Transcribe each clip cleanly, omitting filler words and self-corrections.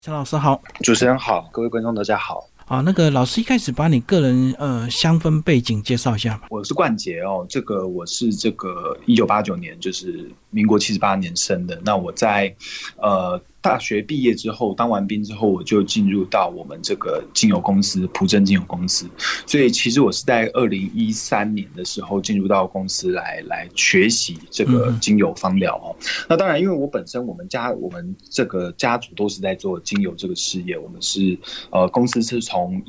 陈老师好。 主持人好，各位观众大家好。 好，那个老师一开始把你个人香氛背景介绍一下吧。 我是冠杰哦，我是1989年，就是民国78年生的。那我在大学毕业之后，当完兵之后，我就进入到我们这个精油公司普珍精油公司。所以其实我是在2013年的时候进入到公司来学习这个精油芳疗哦。那当然，因为我本身我们这个家族都是在做精油这个事业，我们是公司是从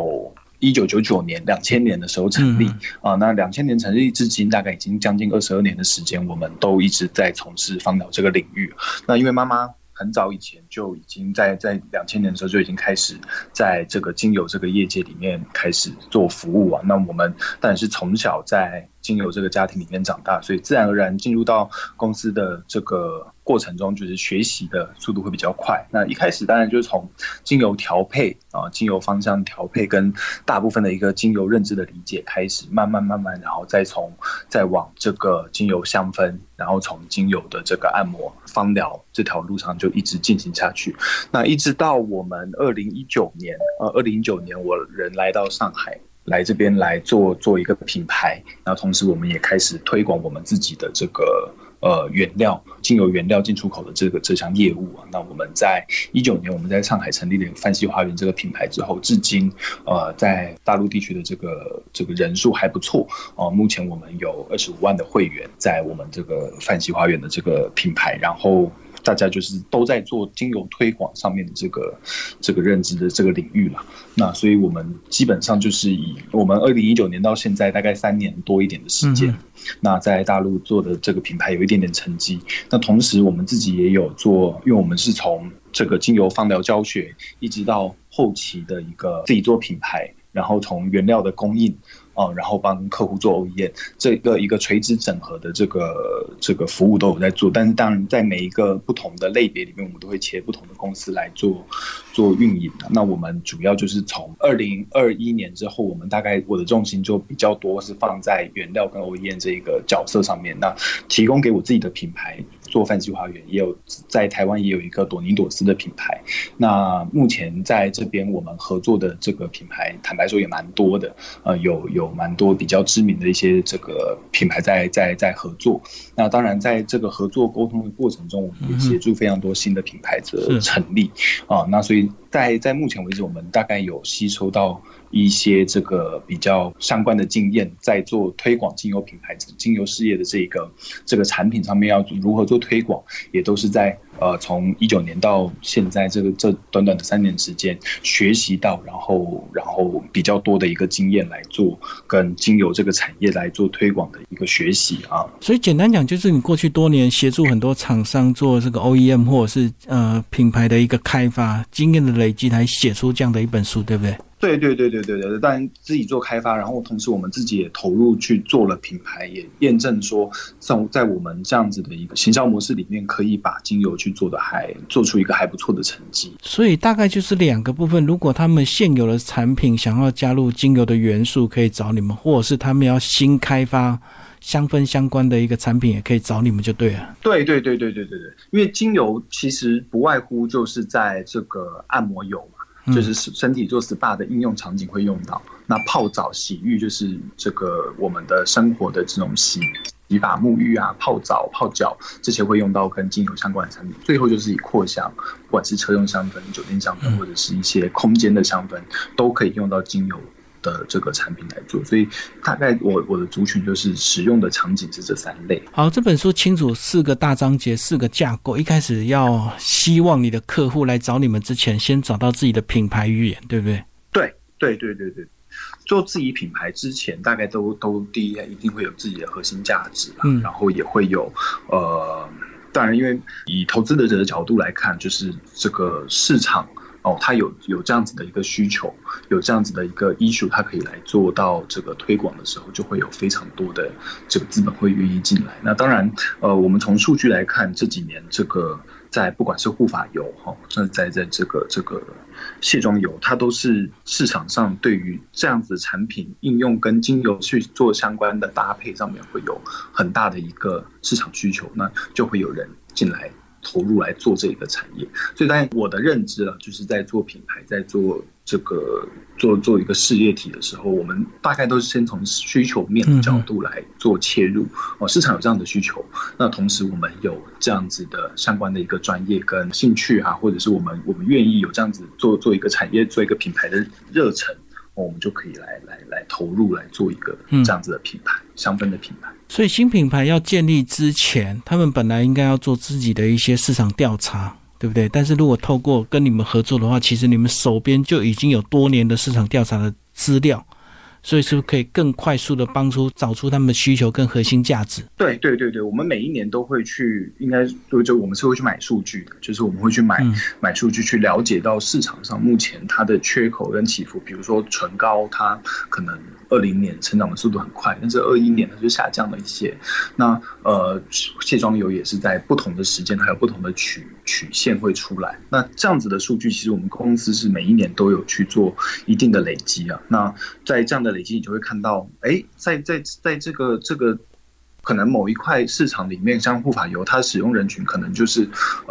1999年2000年的时候成立那2000年成立至今大概已经将近22年的时间，我们都一直在从事芳疗这个领域。那因为妈妈很早以前就已经在2000年的时候就已经开始在这个精油这个业界里面开始做服务那我们当然是从小在精油这个家庭里面长大，所以自然而然进入到公司的这个过程中，就是学习的速度会比较快。那一开始当然就是从精油调配精油芳香调配跟大部分的一个精油认知的理解开始，慢慢，然后再往这个精油香氛，然后从精油的这个按摩芳疗这条路上就一直进行下去。那一直到我们2019年我人来到上海，来这边来做一个品牌，然后同时我们也开始推广我们自己的这个精油原料进出口的这项业务那我们在2019年我们在上海成立了泛西花园这个品牌之后，至今在大陆地区的这个人数还不错目前我们有25万的会员在我们这个泛西花园的这个品牌，然后大家就是都在做精油推广上面的这个认知的这个领域了。那所以我们基本上就是以我们2019年到现在大概3年多一点的时间那在大陆做的这个品牌有一点点成绩。那同时我们自己也有做，因为我们是从这个精油芳疗教学一直到后期的一个自己做品牌，然后从原料的供应然后帮客户做 OEM 一个垂直整合的这个服务都有在做。但是当然在每一个不同的类别里面，我们都会切不同的公司来做运营那我们主要就是从2021年之后，我们大概我的重心就比较多是放在原料跟 OEM 这个角色上面，那提供给我自己的品牌做泛西花园，也有在台湾也有一个朵尼朵斯的品牌。那目前在这边我们合作的这个品牌坦白说也蛮多的有蛮多比较知名的一些这个品牌在合作。那当然在这个合作沟通的过程中，我们也协助非常多新的品牌的成立那所以在目前为止，我们大概有吸收到一些这个比较相关的经验，在做推广精油品牌精油事业的这个产品上面要如何做推广，也都是在从19年到现在这短短的3年时间学习到，然后比较多的一个经验来做跟精油这个产业来做推广的一个学习所以简单讲，就是你过去多年协助很多厂商做这个 OEM 或者是品牌的一个开发经验的累积，来写出这样的一本书，对不对？ 对，当然自己做开发，然后同时我们自己也投入去做了品牌，也验证说在我们这样子的一个行销模式里面，可以把精油去做出一个还不错的成绩。 所以大概就是2个部分，如果他们现有的产品想要加入精油的元素，可以找你们，或者是他们要新开发香氛相关的一个产品，也可以找你们就对了。 对，因为精油其实不外乎就是在这个按摩油嘛，就是身体做 SPA 的应用场景会用到。那泡澡洗浴就是这个我们的生活的这种洗发沐浴泡澡泡脚这些会用到跟精油相关的产品。最后就是以扩香，不管是车用香氛、酒店香氛或者是一些空间的香氛，都可以用到精油的这个产品来做。所以大概我的族群就是使用的场景是这3类。 好，这本书清楚4个大章节4个架构，一开始要希望你的客户来找你们之前，先找到自己的品牌语言，对不对？ 对，做自己品牌之前，大概都第一一定会有自己的核心价值然后也会有当然因为以投资者的角度来看，就是这个市场它有这样子的一个需求，有这样子的一个 issue， 它可以来做到这个推广的时候，就会有非常多的这个资本会愿意进来。那当然我们从数据来看，这几年这个在不管是护发油那在这个卸妆油，它都是市场上对于这样子的产品应用跟精油去做相关的搭配上面会有很大的一个市场需求，那就会有人进来投入来做这个产业。所以当然我的认知啊，就是在做品牌，在做这个做一个事业体的时候，我们大概都是先从需求面的角度来做切入。市场有这样的需求，那同时我们有这样子的相关的一个专业跟兴趣啊，或者是我们愿意有这样子做一个产业，做一个品牌的热忱，我们就可以来投入来做一个这样子的品牌，香氛的品牌。 所以新品牌要建立之前，他们本来应该要做自己的一些市场调查，对不对？但是如果透过跟你们合作的话，其实你们手边就已经有多年的市场调查的资料，所以是不是可以更快速的找出他们的需求跟核心价值？对， 我们每一年都会去，应该就我们是会去买数据的，就是我们会去买数据，去了解到市场上目前它的缺口跟起伏。比如说唇膏，它可能20年成长的速度很快，但是21年它就下降了一些。那卸妆油也是在不同的时间还有不同的曲线会出来。那这样子的数据，其实我们公司是每一年都有去做一定的累积啊。那在这样的累积，你就会看到，在这个可能某一块市场里面，像护发油，它使用人群可能就是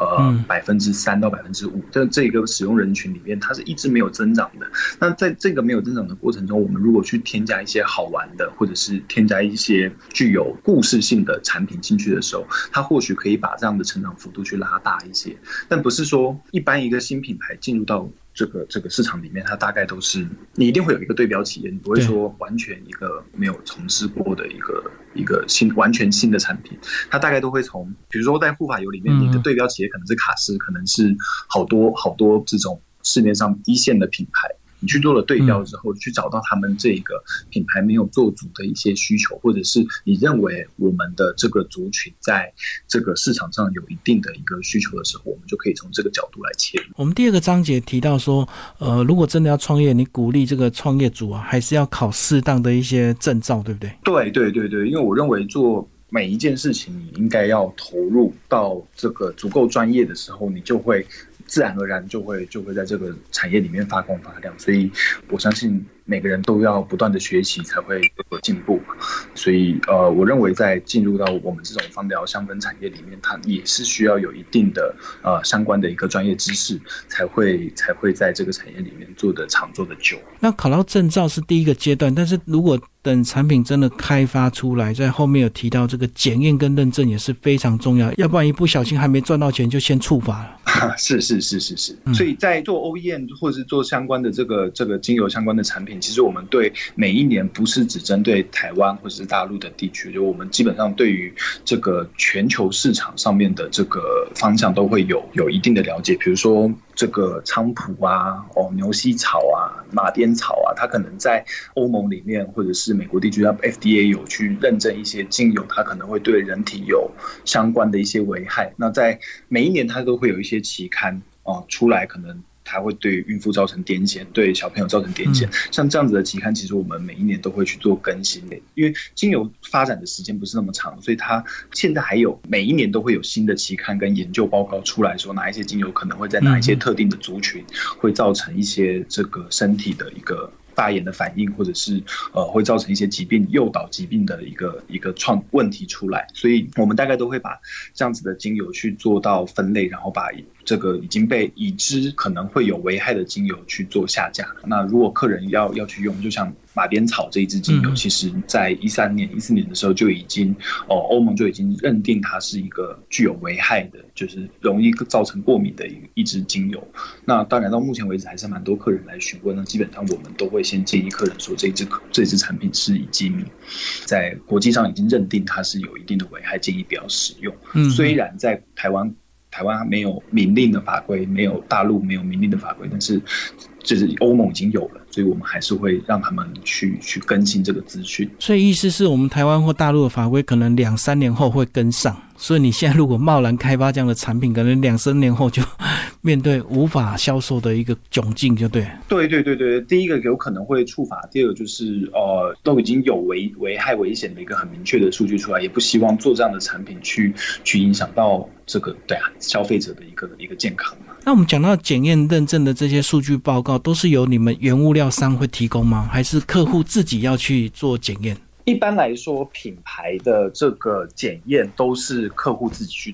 3%到5%，在这个使用人群里面，它是一直没有增长的。那在这个没有增长的过程中，我们如果去添加一些好玩的，或者是添加一些具有故事性的产品进去的时候，它或许可以把这样的成长幅度去拉大一些。但不是说一般一个新品牌进入到这个市场里面，它大概都是你一定会有一个对标企业，你不会说完全一个没有从事过的一个完全新的产品，它大概都会从，比如说在护发油里面，你的对标企业可能是卡诗，可能是好多这种市面上一线的品牌。你去做了对标之后，去找到他们这个品牌没有做足的一些需求，或者是你认为我们的这个族群在这个市场上有一定的一个需求的时候，我们就可以从这个角度来切入。 我们第二个章节提到说，如果真的要创业，你鼓励这个创业主啊，还是要考适当的一些证照，对不对？ 对，因为我认为做每一件事情，你应该要投入到这个足够专业的时候，你就会自然而然就会在这个产业里面发光发亮。所以我相信每个人都要不断的学习才会有进步。所以我认为在进入到我们这种芳疗香氛产业里面，它也是需要有一定的相关的一个专业知识，才会在这个产业里面做得长做得久。 那考到证照是第一个阶段，但是如果等产品真的开发出来，在后面有提到这个检验跟认证也是非常重要，要不然一不小心还没赚到钱就先触发了。 是，所以在做 OEM 或者是做相关的这个精油相关的产品，其实我们对每一年不是只针对台湾或者是大陆的地区，就我们基本上对于这个全球市场上面的这个方向都会有一定的了解。比如说这个菖蒲啊、牛膝草啊、马鞭草啊，它可能在欧盟里面或者是美国地区，它 FDA 有去认证一些精油，它可能会对人体有相关的一些危害。那在每一年它都会有一些期刊出来，可能它会对孕妇造成癫痫，对小朋友造成癫痫。像这样子的期刊，其实我们每一年都会去做更新的，因为精油发展的时间不是那么长，所以它现在还有每一年都会有新的期刊跟研究报告出来，说哪一些精油可能会在哪一些特定的族群会造成一些这个身体的一个发炎的反应，或者是会造成一些疾病、诱导疾病的一个问题出来。所以我们大概都会把这样子的精油去做到分类，然后把这个已知可能会有危害的精油去做下架。那如果客人要去用，就像马鞭草这一支精油，其实在14年的时候就已经欧盟就已经认定它是一个具有危害的，就是容易造成过敏的一支精油。那当然到目前为止还是蛮多客人来询问，那基本上我们都会先建议客人说这支产品是已经在国际上已经认定它是有一定的危害，建议不要使用。虽然在台湾没有明令的法规，没有大陆没有明令的法规，但是就是欧盟已经有了，所以我们还是会让他们去更新这个资讯。 所以意思是我们台湾或大陆的法规可能2-3年后会跟上，所以你现在如果贸然开发这样的产品，可能2-3年后就面对无法销售的一个窘境，就对。 对，第一个有可能会触法，第二个就是都已经有危害危险的一个很明确的数据出来，也不希望做这样的产品去影响到这个消费者的一个健康嘛。 那我们讲到检验认证的这些数据报告，都是由你们原物料商会提供吗？还是客户自己要去做检验？ 一般来说，品牌的这个检验都是客户自己去做。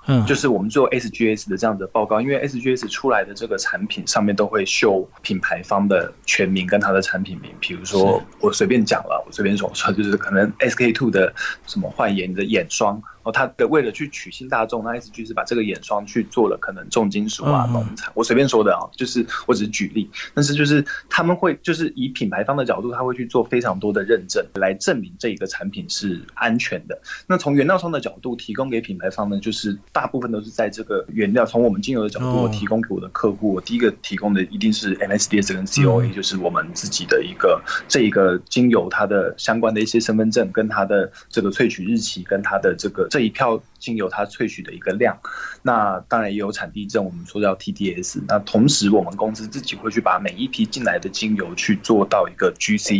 就是我们做 SGS 的这样的报告，因为 SGS 出来的这个产品上面都会秀品牌方的全名跟它的产品名，比如说我随便讲了，我随便说就是可能 SK2 的什么焕颜的眼霜，它的为了去取信大众，那 SGS 把这个眼霜去做了可能重金属啊、农产，我随便说的啊，就是我只是举例，但是就是他们会就是以品牌方的角度，他会去做非常多的认证来证明这一个产品是安全的。那从原料商的角度提供给品牌方呢，就是大部分都是在这个原料，从我们精油的角度，我提供给我的客户，我第一个提供的一定是 MSDS 跟 COA， 就是我们自己的这一个精油它的相关的一些身份证，跟它的这个萃取日期，跟它的这一票精油它萃取的一个量。那当然也有产地证，我们说叫 TDS。那同时我们公司自己会去把每一批进来的精油去做到一个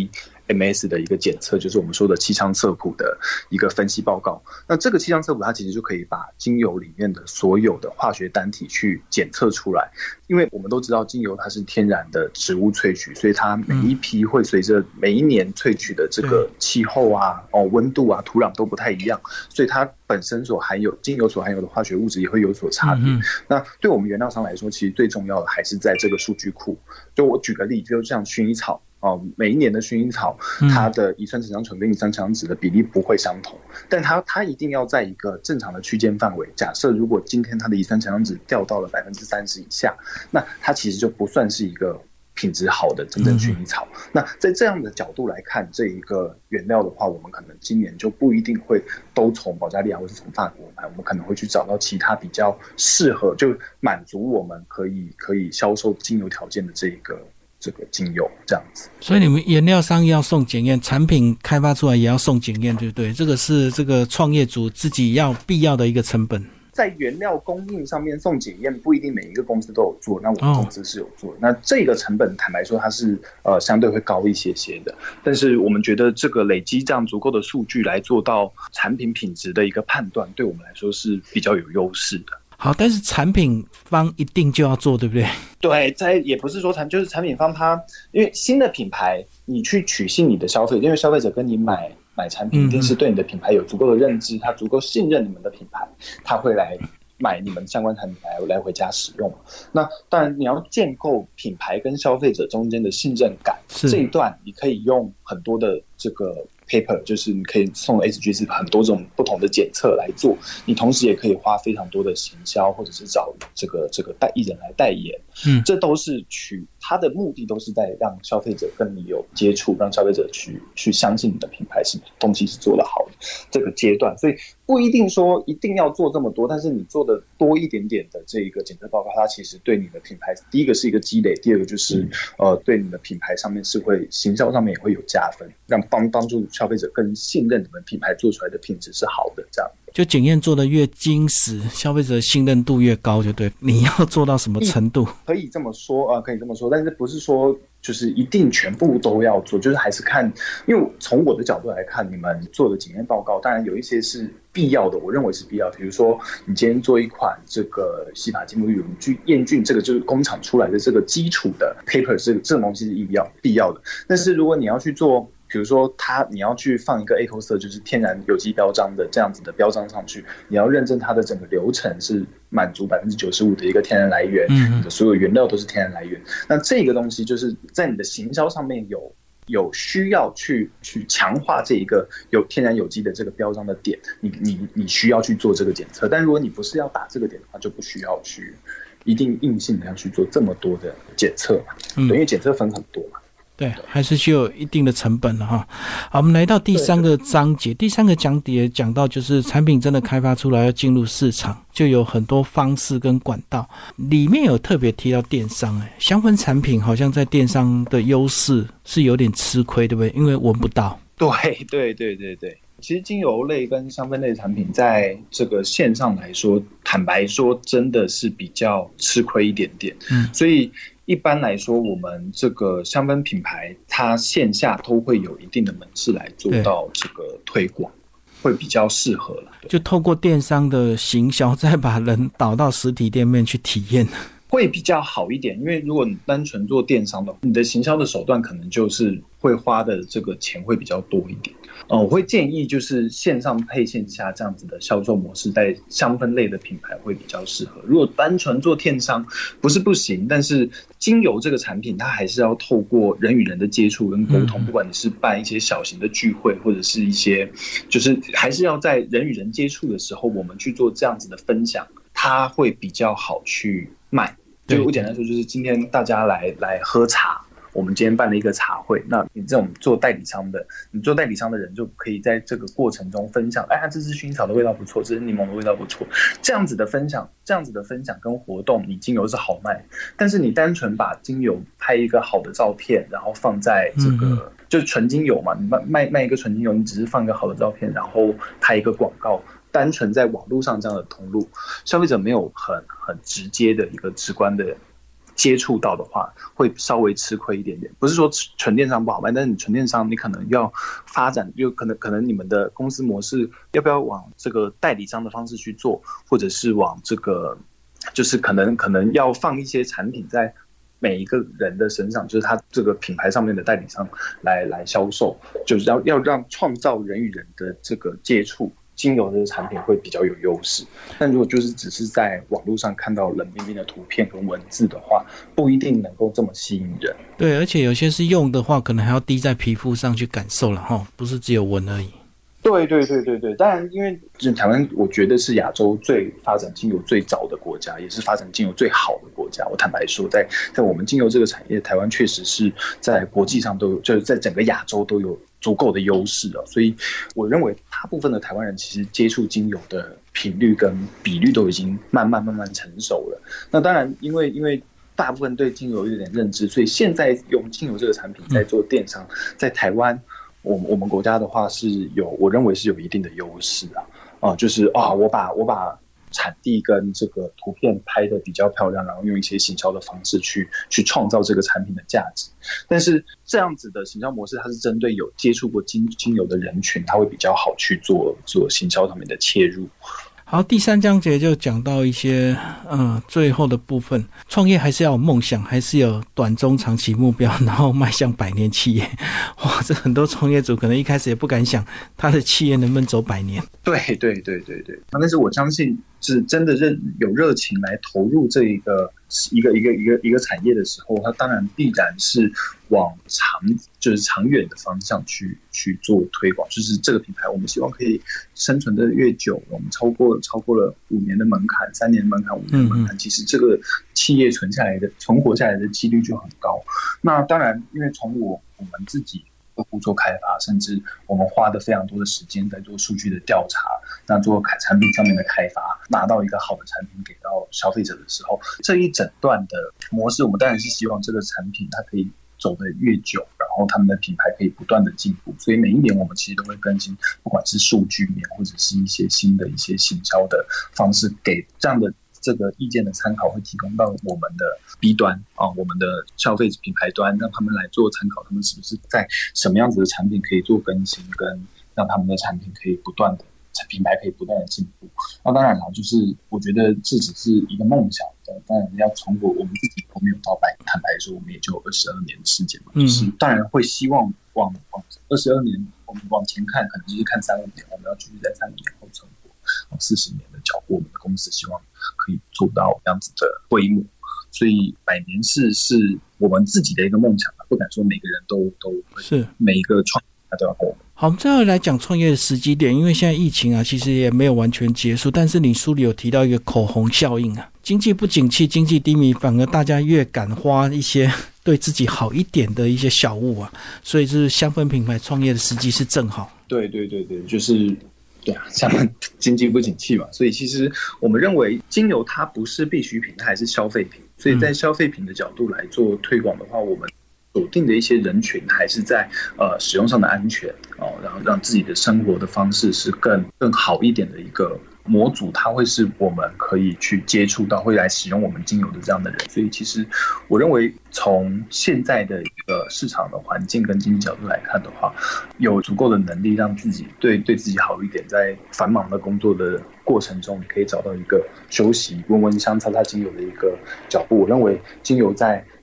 GC。MS 的一个检测，就是我们说的气象测谱的一个分析报告。那这个气象测谱它其实就可以把精油里面的所有的化学单体去检测出来，因为我们都知道精油它是天然的植物萃取，所以它每一批会随着每一年萃取的这个气候啊、温度啊、土壤都不太一样，所以它本身所含有精油所含有的化学物质也会有所差别。那对我们原料商来说，其实最重要的还是在这个数据库。就我举个例，就像薰衣草。每一年的薰衣草，它的乙酸成长醇跟乙酸成长酯的比例不会相同，但它一定要在一个正常的区间范围。假设如果今天它的乙酸成长酯掉到了30%以下，那它其实就不算是一个品质好的真正薰衣草。那在这样的角度来看，这一个原料的话，我们可能今年就不一定会都从保加利亚或是从法国买，我们可能会去找到其他比较适合，就满足我们可以销售精油条件的这个精油这样子。 所以你们原料商要送检验，产品开发出来也要送检验，对不对？这个是这个创业主自己必要的一个成本。 在原料供应上面送检验不一定每一个公司都有做，那我们公司是有做的。那这个成本坦白说它是相对会高一些的，但是我们觉得这个累积这样足够的数据来做到产品品质的一个判断，对我们来说是比较有优势的。 好，但是产品方一定就要做，对不对？ 对，也不是说就是产品方他，因为新的品牌，你去取信你的消费者，因为消费者跟你买产品，一定是对你的品牌有足够的认知，他足够信任你们的品牌，他会来买你们相关产品来回家使用。那当然你要建构品牌跟消费者中间的信任感，这一段你可以用很多的这个paper， 就是你可以送 SGS 很多种不同的检测来做，你同时也可以花非常多的行销，或者是找这个艺人来代言，这都是它的目的都是在让消费者跟你有接触，让消费者去相信你的品牌是东西是做得好的这个阶段。所以不一定说一定要做这么多，但是你做的多一点点的这一个检测报告，它其实对你的品牌，第一个是一个积累，第二个就是对你的品牌上面是会行销上面也会有加分，让帮助消费者更信任你们品牌做出来的品质是好的，这样。 就检验做的越精实，消费者的信任度越高，就对。你要做到什么程度？ 可以这么说可以这么说，但是不是说就是一定全部都要做，就是还是看，因为从我的角度来看，你们做的检验报告，当然有一些是必要的，我认为是必要。比如说，你今天做一款这个洗发精沐浴乳，你去验菌，这个就是工厂出来的这个基础的 paper， 这种东西是必要的。但是如果你要去做，比如说你要去放一个 EcoCert， 就是天然有机标章的这样子的标章上去，你要认证它的整个流程是满足 95% 的一个天然来源，你的所有原料都是天然来源。那这个东西就是在你的行销上面有需要去强化这一个有天然有机的这个标章的点，你需要去做这个检测。但如果你不是要打这个点的话，就不需要去一定硬性的要去做这么多的检测嘛，因为检测分很多嘛。 对，还是需有一定的成本了哈。好，我们来到第三个章节，第三个讲解讲到就是产品真的开发出来要进入市场，就有很多方式跟管道，里面有特别提到电商，香氛产品好像在电商的优势是有点吃亏，对不对？因为闻不到。对。 其实精油类跟香氛类产品在这个线上来说，坦白说真的是比较吃亏一点点。所以一般来说，我们这个香氛品牌它线下都会有一定的门市来做到这个推广，会比较适合了。 就透过电商的行销，再把人导到实体店面去体验， 会比较好一点。因为如果你单纯做电商的话，你的行销的手段可能就是会花的这个钱会比较多一点。 我会建议就是线上配线下这样子的销售模式，在香氛类的品牌会比较适合。如果单纯做电商不是不行，但是精油这个产品它还是要透过人与人的接触跟沟通，不管你是办一些小型的聚会，或者是一些就是还是要在人与人接触的时候，我们去做这样子的分享，它会比较好去卖。就我简单说，就是今天大家来喝茶。我们今天办了一个茶会，那你这种做代理商的，你做代理商的人就可以在这个过程中分享，这支薰衣草的味道不错，这支柠檬的味道不错，这样子的分享跟活动，你精油是好卖，但是你单纯把精油拍一个好的照片，然后放在这个就是纯精油嘛，你卖一个纯精油，你只是放一个好的照片，然后拍一个广告。单纯在网络上这样的通路，消费者没有很直接的一个直观的接触到的话，会稍微吃亏一点点。不是说纯电商不好卖，但是你纯电商你可能要发展，就可能你们的公司模式要不要往这个代理商的方式去做，或者是往这个就是可能要放一些产品在每一个人的身上，就是他这个品牌上面的代理商来销售，就是要让创造人与人的这个接触。精油的产品会比较有优势，但如果就是只是在网络上看到冷冰冰的图片跟文字的话，不一定能够这么吸引人。 对，而且有些是用的话，可能还要滴在皮肤上去感受了齁，不是只有闻而已。 对，当然，因为台湾我觉得是亚洲最发展精油最早的国家，也是发展精油最好的国家。我坦白说，在我们精油这个产业，台湾确实是在国际上都有，就是在整个亚洲都有足够的优势啊。所以我认为大部分的台湾人其实接触精油的频率跟比率都已经慢慢成熟了。那当然，因为大部分对精油有点认知，所以现在用精油这个产品在做电商，在台湾。我们国家的话我认为是有一定的优势就是我把产地跟这个图片拍得比较漂亮，然后用一些行销的方式去创造这个产品的价值。但是这样子的行销模式，它是针对有接触过精油的人群，它会比较好去做行销上面的切入。 好，第3章节就讲到一些最后的部分，创业还是要有梦想，还是有短中长期目标，然后迈向100年企业。哇，这很多创业主可能一开始也不敢想他的企业能不能走100年。对， 但是我相信是真的有热情来投入这一个产业的时候，它当然必然是往长远的方向去做推广。就是这个品牌，我们希望可以生存的越久，我们超过了5年的门槛、3年的门槛、5年的门槛，其实这个企业存活下来的几率就很高。那当然，因为从我们自己客户做开发，甚至我们花的非常多的时间在做数据的调查，那做产品上面的开发，拿到一个好的产品给到消费者的时候，这一整段的模式，我们当然是希望这个产品它可以走得越久，然后他们的品牌可以不断的进步。所以每一年我们其实都会更新，不管是数据面或者是一些新的一些行销的方式，给这样的这个意见的参考，会提供到我们的 B 端我们的消费品牌端，让他们来做参考，他们是不是在什么样子的产品可以做更新，跟让他们的产品可以不断的品牌可以不断的进步。那当然了，就是我觉得这只是一个梦想的，当然要从我们自己都没有到100，坦白说我们也就22年的时间嘛，就是当然会希望往22年我们往前看，可能就是看3-5年，我们要继续在3-5年后存活，40年的脚步，我们的公司希望可以做到这样子的规模。所以100年是我们自己的一个梦想，不敢说每个人都是每一个创业都要跟我们。 好，我们最后来讲创业的时机点，因为现在疫情其实也没有完全结束，但是你书里有提到一个口红效应经济不景气、经济低迷，反而大家越敢花一些对自己好一点的一些小物所以是香氛品牌创业的时机是正好。 对，就是对啊，像经济不景气嘛，所以其实我们认为精油它不是必需品，它还是消费品，所以在消费品的角度来做推广的话，我们锁定的一些人群还是在使用上的安全然后让自己的生活的方式是更好一点的一个模组，它会是我们可以去接触到会来使用我们精油的这样的人。所以其实我认为从现在的一个市场的环境跟经济角度来看的话，有足够的能力让自己对自己好一点，在繁忙的工作的过程中，你可以找到一个休息、闻闻香、擦擦精油的一个脚步。我认为精油在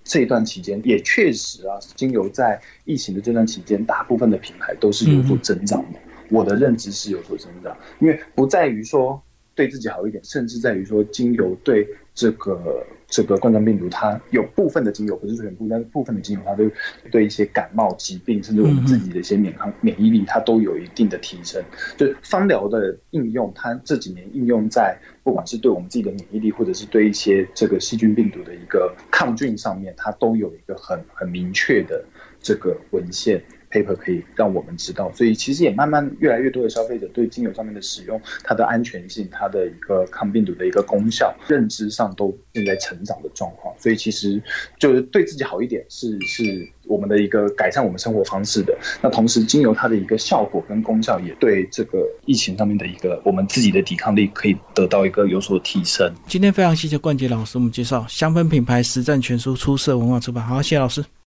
这一段期间也确实啊，精油在疫情的这段期间，大部分的品牌都是有所增长的。我的认知是有所增长，因为不在于说对自己好一点，甚至在于说精油对这个冠状病毒，它有部分的精油不是全部，但是部分的精油它对一些感冒疾病，甚至我们自己的一些免疫力，它都有一定的提升。就芳疗的应用，它这几年应用在不管是对我们自己的免疫力，或者是对一些这个细菌病毒的一个抗菌上面，它都有一个很明确的这个文献paper 可以让我们知道，所以其实也慢慢越来越多的消费者对精油上面的使用，它的安全性，它的一个抗病毒的一个功效，认知上都正在成长的状况。所以其实就是对自己好一点是我们的一个改善我们生活方式的。那同时精油它的一个效果跟功效，也对这个疫情上面的一个我们自己的抵抗力可以得到一个有所提升。 今天非常谢谢冠杰老师我们介绍香氛品牌实战全书，出色文化出版。好，谢谢老师。